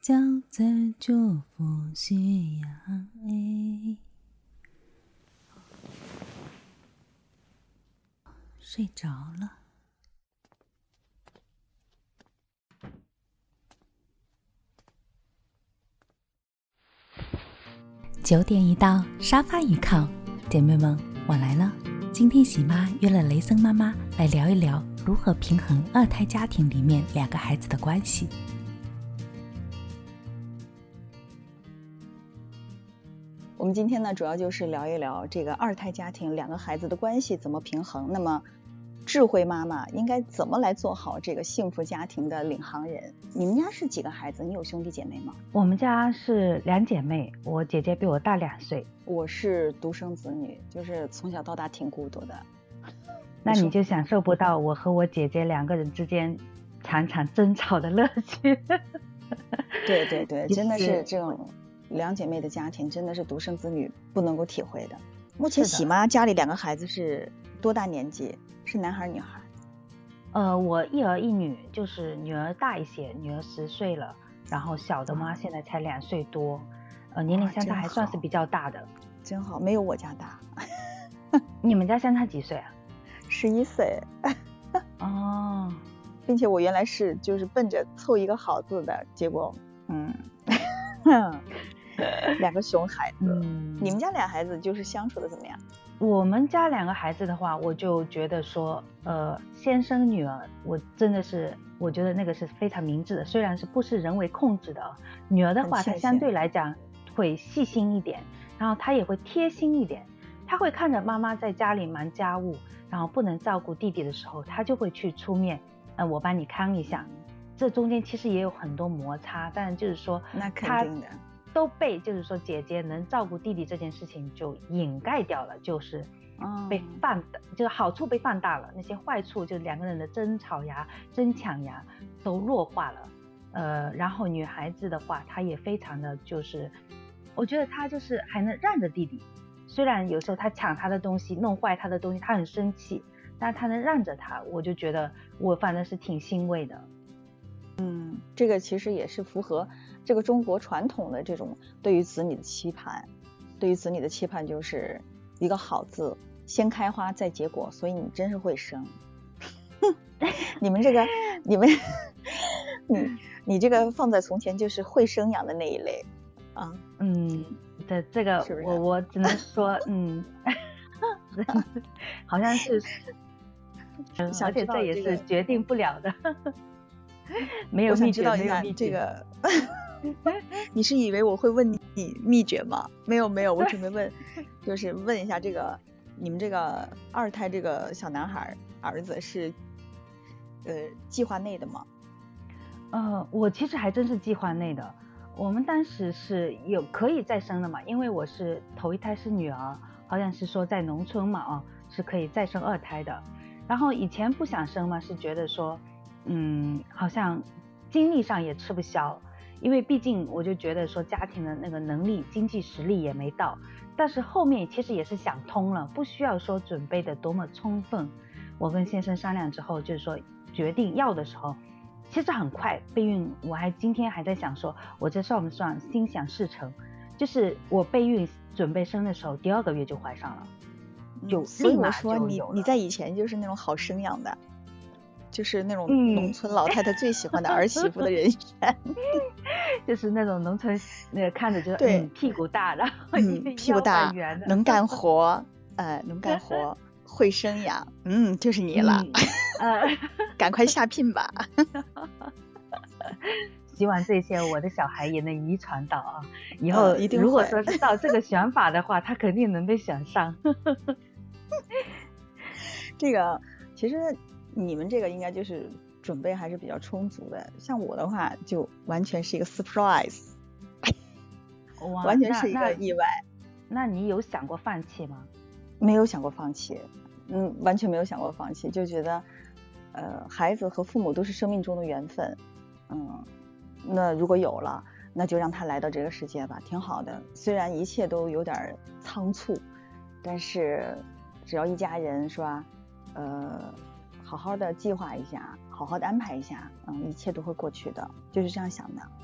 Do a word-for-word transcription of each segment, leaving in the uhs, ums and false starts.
叫做祝福需要哎。睡着了。九点一到，沙发一靠，姐妹们，我来了。今天喜妈约了雷森妈妈来聊一聊如何平衡二胎家庭里面两个孩子的关系。 我们今天呢，主要就是聊一聊这个二胎家庭两个孩子的关系怎么平衡。那么，智慧妈妈应该怎么来做好这个幸福家庭的领航人？你们家是几个孩子？你有兄弟姐妹吗？ 我们家是两姐妹，我姐姐比我大两岁。 我是独生子女，就是从小到大挺孤独的。 那你就享受不到我和我姐姐两个人之间常常争吵的乐趣。 对对对，真的是这种两姐妹的家庭，真的是独生子女不能够体会的。目前喜妈家里两个孩子是多大年纪？是男孩女孩？ 呃，我一儿一女，就是女儿大一些，女儿十岁了，然后小的嘛现在才两岁多，呃，年龄相差还算是比较大的。 真好，没有我家大。 你们家相差几岁啊？ 十一岁。 哦， 并且我原来是就是奔着凑一个好字的，结果嗯，两个熊孩子。嗯，你们家俩孩子就是相处的怎么样？ 我们家两个孩子的话，我就觉得说，呃，先生女儿，我真的是，我觉得那个是非常明智的，虽然是不是人为控制的。女儿的话，她相对来讲会细心一点，然后她也会贴心一点，她会看着妈妈在家里忙家务，然后不能照顾弟弟的时候，她就会去出面，呃，我帮你看一下。这中间其实也有很多摩擦，但就是说， 那肯定的。 都被就是说姐姐能照顾弟弟这件事情就掩盖掉了，就是被放大、嗯、就是好处被放大了，那些坏处就是两个人的争吵呀争抢呀都弱化了。呃，然后女孩子的话她也非常的就是我觉得她就是还能让着弟弟，虽然有时候她抢他的东西弄坏他的东西她很生气，但她能让着他，我就觉得我反正是挺欣慰的。 嗯，这个其实也是符合这个中国传统的这种对于子女的期盼，对于子女的期盼就是一个好字，先开花再结果，所以你真是会生。你们这个，你们，你你这个放在从前就是会生养的那一类啊。 嗯，这这个是是我我只能说，嗯，好像是，嗯，而且这也是决定不了的。没有秘诀，没有秘诀。 这个，你是以为我会问你秘诀吗？没有没有，我准备问，就是问一下这个你们这个二胎这个小男孩儿子是呃计划内的吗？ 呃，我其实还真是计划内的。我们当时是有可以再生的嘛，因为我是头一胎是女儿，好像是说在农村嘛，啊，是可以再生二胎的。然后以前不想生嘛，是觉得说。嗯，好像精力上也吃不消，因为毕竟我就觉得说家庭的那个能力经济实力也没到，但是后面其实也是想通了，不需要说准备的多么充分。我跟先生商量之后，就是说决定要的时候其实很快备孕，我还今天还在想说我这算不算心想事成，就是我备孕准备生的时候第二个月就怀上了，就立马就有了。 所以我说你你在以前就是那种好生养的，就是那种农村老太太最喜欢的儿媳妇的人选。嗯、 就是那种农村那个看着就对、嗯、屁股大，然后、 嗯、屁股大能干活，呃能干活会生养，嗯就是你了，嗯、呃赶快下聘吧。 希望这些我的小孩也能遗传到啊，以后如果说知道这个想法的话，他肯定能被选上。 这个其实你们这个应该就是准备还是比较充足的，像我的话就完全是一个 surprise， 完全是一个意外。 那, 那你有想过放弃吗？ 没有想过放弃，嗯，完全没有想过放弃，就觉得呃，孩子和父母都是生命中的缘分，嗯，那如果有了，那就让他来到这个世界吧，挺好的。虽然一切都有点仓促，但是只要一家人是吧，呃。好好的计划一下，好好的安排一下，嗯，一切都会过去的，就是这样想的。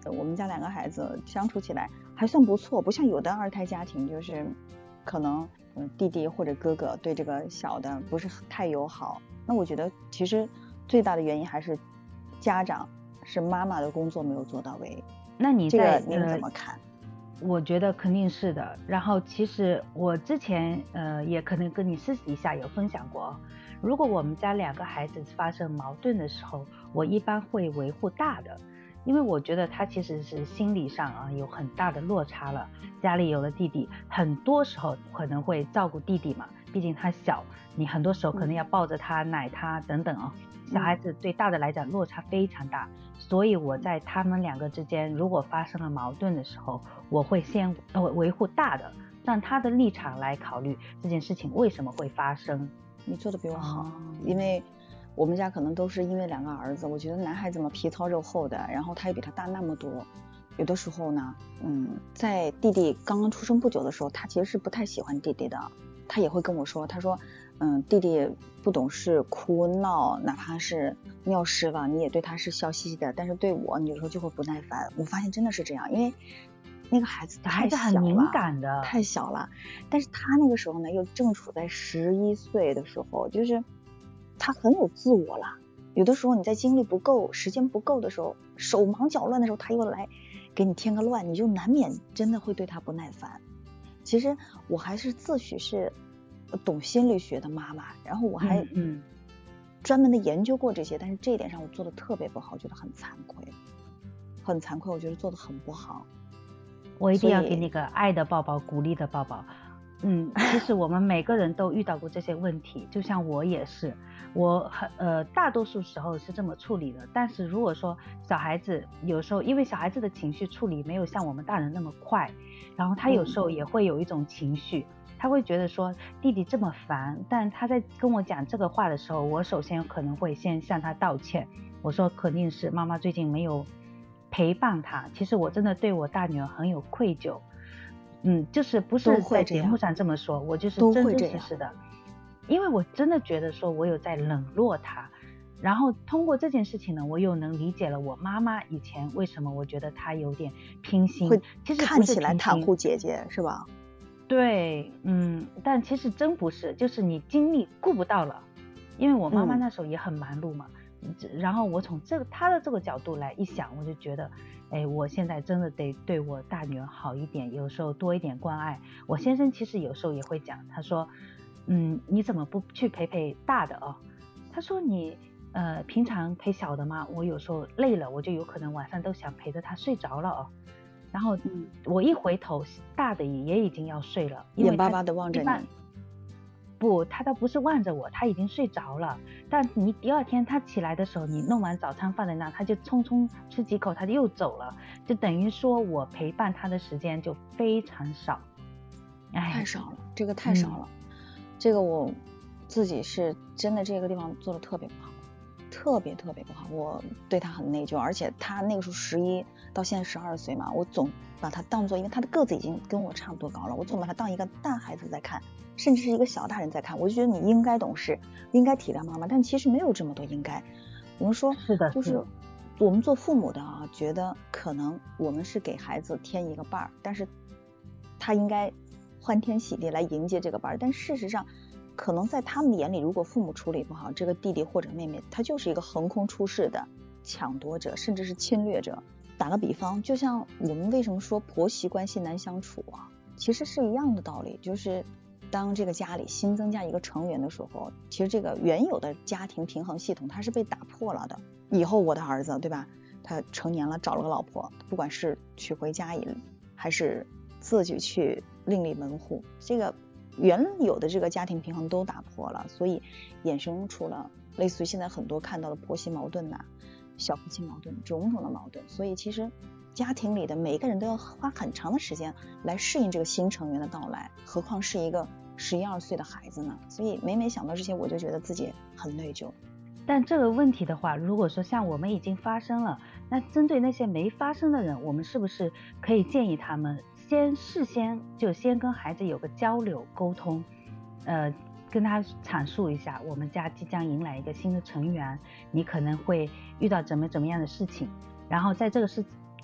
我们家两个孩子相处起来还算不错，不像有的二胎家庭就是可能嗯弟弟或者哥哥对这个小的不是太友好。那我觉得其实最大的原因还是家长是妈妈的工作没有做到位。 那你在这个您怎么看？ 呃、我觉得肯定是的。然后其实我之前呃也可能跟你私底下有分享过，如果我们家两个孩子发生矛盾的时候，我一般会维护大的，因为我觉得他其实是心理上啊有很大的落差了，家里有了弟弟，很多时候可能会照顾弟弟嘛，毕竟他小，你很多时候可能要抱着他、奶他等等啊。小孩子对大的来讲落差非常大，所以我在他们两个之间如果发生了矛盾的时候，我会先呃维护大的，让他的立场来考虑这件事情为什么会发生。 你做的比我好， 哦、 因为我们家可能都是因为两个儿子，我觉得男孩子嘛皮糙肉厚的，然后他也比他大那么多，有的时候呢，嗯，在弟弟刚刚出生不久的时候，他其实是不太喜欢弟弟的，他也会跟我说，他说，嗯，弟弟不懂事哭闹，哪怕是尿湿了，你也对他是笑嘻嘻的，但是对我，你有时候就会不耐烦。我发现真的是这样，因为那个孩子太小了， 孩子很敏感的， 太小了。但是他那个时候呢，又正处在十一岁的时候，就是他很有自我了。有的时候你在精力不够、时间不够的时候，手忙脚乱的时候，他又来给你添个乱，你就难免真的会对他不耐烦。其实我还是自诩是懂心理学的妈妈，然后我还嗯专门的研究过这些，但是这一点上我做的特别不好，我觉得很惭愧，很惭愧，我觉得做的很不好。 我一定要给你个爱的抱抱，鼓励的抱抱。嗯，其实我们每个人都遇到过这些问题，就像我也是，我很呃大多数时候是这么处理的。但是如果说小孩子有时候，因为小孩子的情绪处理没有像我们大人那么快，然后他有时候也会有一种情绪，嗯、他会觉得说弟弟这么烦，但他在跟我讲这个话的时候，我首先可能会先向他道歉，我说肯定是妈妈最近没有陪伴他，其实我真的对我大女儿很有愧疚。嗯，就是不是在节目上这么说，我就是真真实实的，因为我真的觉得说我有在冷落他，然后通过这件事情呢，我又能理解了我妈妈以前为什么我觉得她有点偏心， 会其实看起来袒护姐姐是吧？ 对，嗯，但其实真不是，就是你精力顾不到了，因为我妈妈那时候也很忙碌嘛，嗯、然后我从这个她的这个角度来一想，我就觉得。哎，我现在真的得对我大女儿好一点，有时候多一点关爱。我先生其实有时候也会讲，他说，嗯，你怎么不去陪陪大的哦？他说你呃平常陪小的嘛，我有时候累了，我就有可能晚上都想陪着他睡着了哦。然后嗯，我一回头，大的也已经要睡了， 眼巴巴的望着你。 不，他倒不是望着我，他已经睡着了。但你第二天他起来的时候，你弄完早餐放在那，他就匆匆吃几口，他就又走了，就等于说我陪伴他的时间就非常少。 哎，太少了，这个太少了。嗯、这个我自己是真的这个地方做的特别不好，特别特别不好。我对他很内疚，而且他那个时候十一到现在十二岁嘛，我总把他当做，因为他的个子已经跟我差不多高了，我总把他当一个大孩子在看。甚至是一个小大人在看，我就觉得你应该懂事，应该体谅妈妈，但其实没有这么多应该。我们说是的， 就是我们做父母的啊，觉得可能我们是给孩子添一个伴儿，但是他应该欢天喜地来迎接这个伴儿。但事实上，可能在他们的眼里，如果父母处理不好，这个弟弟或者妹妹，他就是一个横空出世的抢夺者，甚至是侵略者。打个比方，就像我们为什么说婆媳关系难相处啊，其实是一样的道理，就是。当这个家里新增加一个成员的时候，其实这个原有的家庭平衡系统它是被打破了的。以后我的儿子，对吧？他成年了，找了个老婆，不管是娶回家里，还是自己去另立门户，这个原有的这个家庭平衡都打破了，所以衍生出了类似于现在很多看到的婆媳矛盾呐、小夫妻矛盾、种种的矛盾。所以其实。家庭里的每一个人都要花很长的时间来适应这个新成员的到来，何况是一个十一二岁的孩子呢？所以每每想到这些，我就觉得自己很内疚。 但这个问题的话，如果说像我们已经发生了，那针对那些没发生的人，我们是不是可以建议他们先事先就先跟孩子有个交流沟通，呃，跟他阐述一下，我们家即将迎来一个新的成员，你可能会遇到怎么怎么样的事情，然后在这个事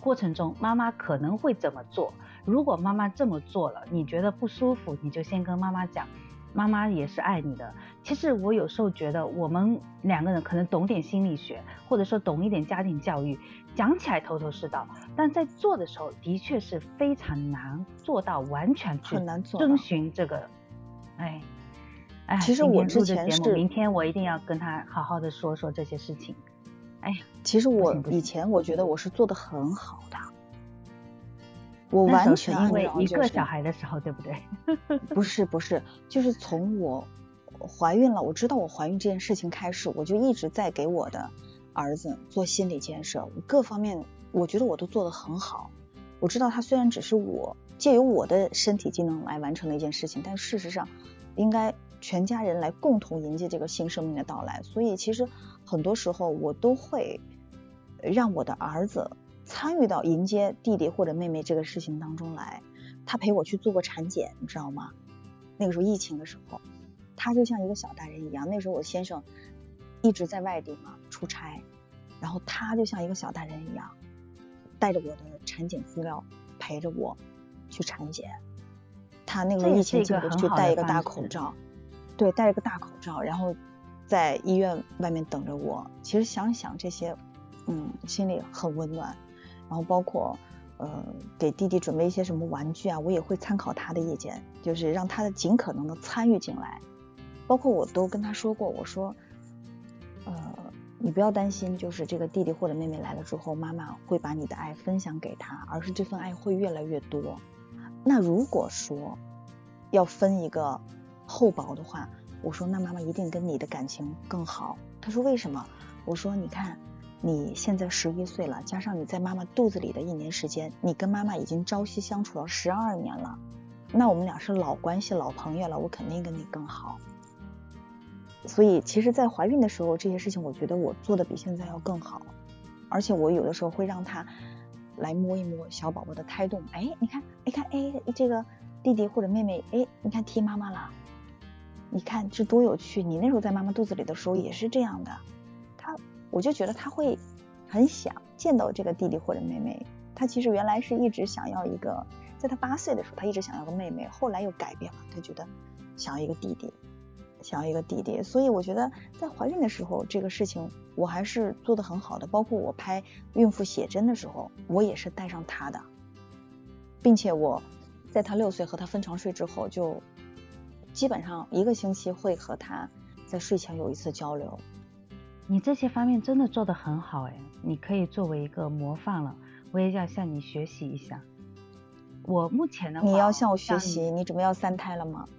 过程中妈妈可能会怎么做，如果妈妈这么做了你觉得不舒服，你就先跟妈妈讲，妈妈也是爱你的。其实我有时候觉得我们两个人可能懂点心理学，或者说懂一点家庭教育，讲起来头头是道，但在做的时候的确是非常难做到完全去遵循这个。哎哎， 其实我之前是， 明天我一定要跟他好好的说说这些事情。哎呀， 其实我以前我觉得我是做的很好的，我完全因为一个小孩的时候，对不对？ 不是不是，就是从我怀孕了，我知道我怀孕这件事情开始，我就一直在给我的儿子做心理建设，各方面我觉得我都做得很好。我知道他虽然只是我借由我的身体机能来完成的一件事情，但事实上应该全家人来共同迎接这个新生命的到来。所以其实很多时候我都会让我的儿子参与到迎接弟弟或者妹妹这个事情当中来。他陪我去做过产检，你知道吗？那个时候疫情的时候，他就像一个小大人一样。那时候我先生一直在外地嘛出差，然后他就像一个小大人一样，带着我的产检资料陪着我去产检。他那个时候疫情进不去，戴一个大口罩，对，戴一个大口罩，然后在医院外面等着我。其实想想这些，嗯，心里很温暖。然后包括呃给弟弟准备一些什么玩具啊，我也会参考他的意见，就是让他的尽可能的参与进来。包括我都跟他说过，我说呃你不要担心，就是这个弟弟或者妹妹来了之后，妈妈会把你的爱分享给他，而是这份爱会越来越多。那如果说要分一个厚薄的话，我说那妈妈一定跟你的感情更好。他说为什么？我说你看你现在十一岁了，加上你在妈妈肚子里的一年时间，你跟妈妈已经朝夕相处了十二年了，那我们俩是老关系老朋友了，我肯定跟你更好。所以其实在怀孕的时候，这些事情我觉得我做的比现在要更好。而且我有的时候会让他来摸一摸小宝宝的胎动，哎你看你看哎这个弟弟或者妹妹，哎你看踢妈妈了，你看这多有趣，你那时候在妈妈肚子里的时候也是这样的。他我就觉得他会很想见到这个弟弟或者妹妹。他其实原来是一直想要一个，在他八岁的时候他一直想要个妹妹，后来又改变了，他觉得想要一个弟弟想要一个弟弟。所以我觉得在怀孕的时候这个事情我还是做得很好的。包括我拍孕妇写真的时候，我也是带上他的，并且我在他六岁和他分床睡之后，就基本上一个星期会和他在睡前有一次交流。 你这些方面真的做得很好哎，你可以作为一个模范了，我也要向你学习一下。我目前的话， 你要向我学习，你, 你准备要三胎了吗？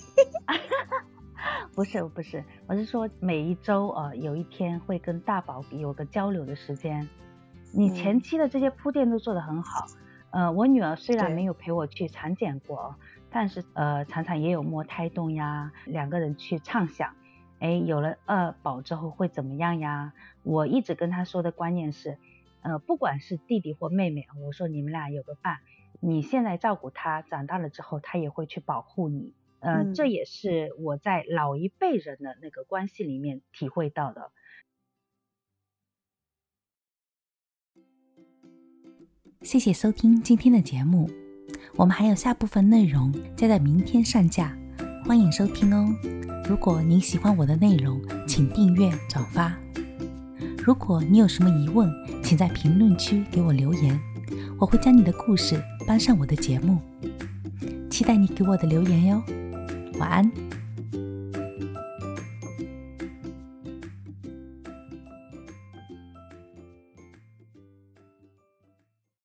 不是不是，我是说每一周呃有一天会跟大宝有个交流的时间。你前期的这些铺垫都做得很好。嗯、呃，我女儿虽然没有陪我去产检过，但是呃常常也有摸胎动呀，两个人去畅想，哎有了二宝之后会怎么样呀。我一直跟她说的观念是，呃不管是弟弟或妹妹，我说你们俩有个伴，你现在照顾他，长大了之后他也会去保护你。呃、嗯，这也是我在老一辈人的那个关系里面体会到的。 谢谢收听今天的节目，我们还有下部分内容将在明天上架，欢迎收听哦。如果您喜欢我的内容，请订阅转发。如果你有什么疑问，请在评论区给我留言，我会将你的故事搬上我的节目，期待你给我的留言哟。晚安。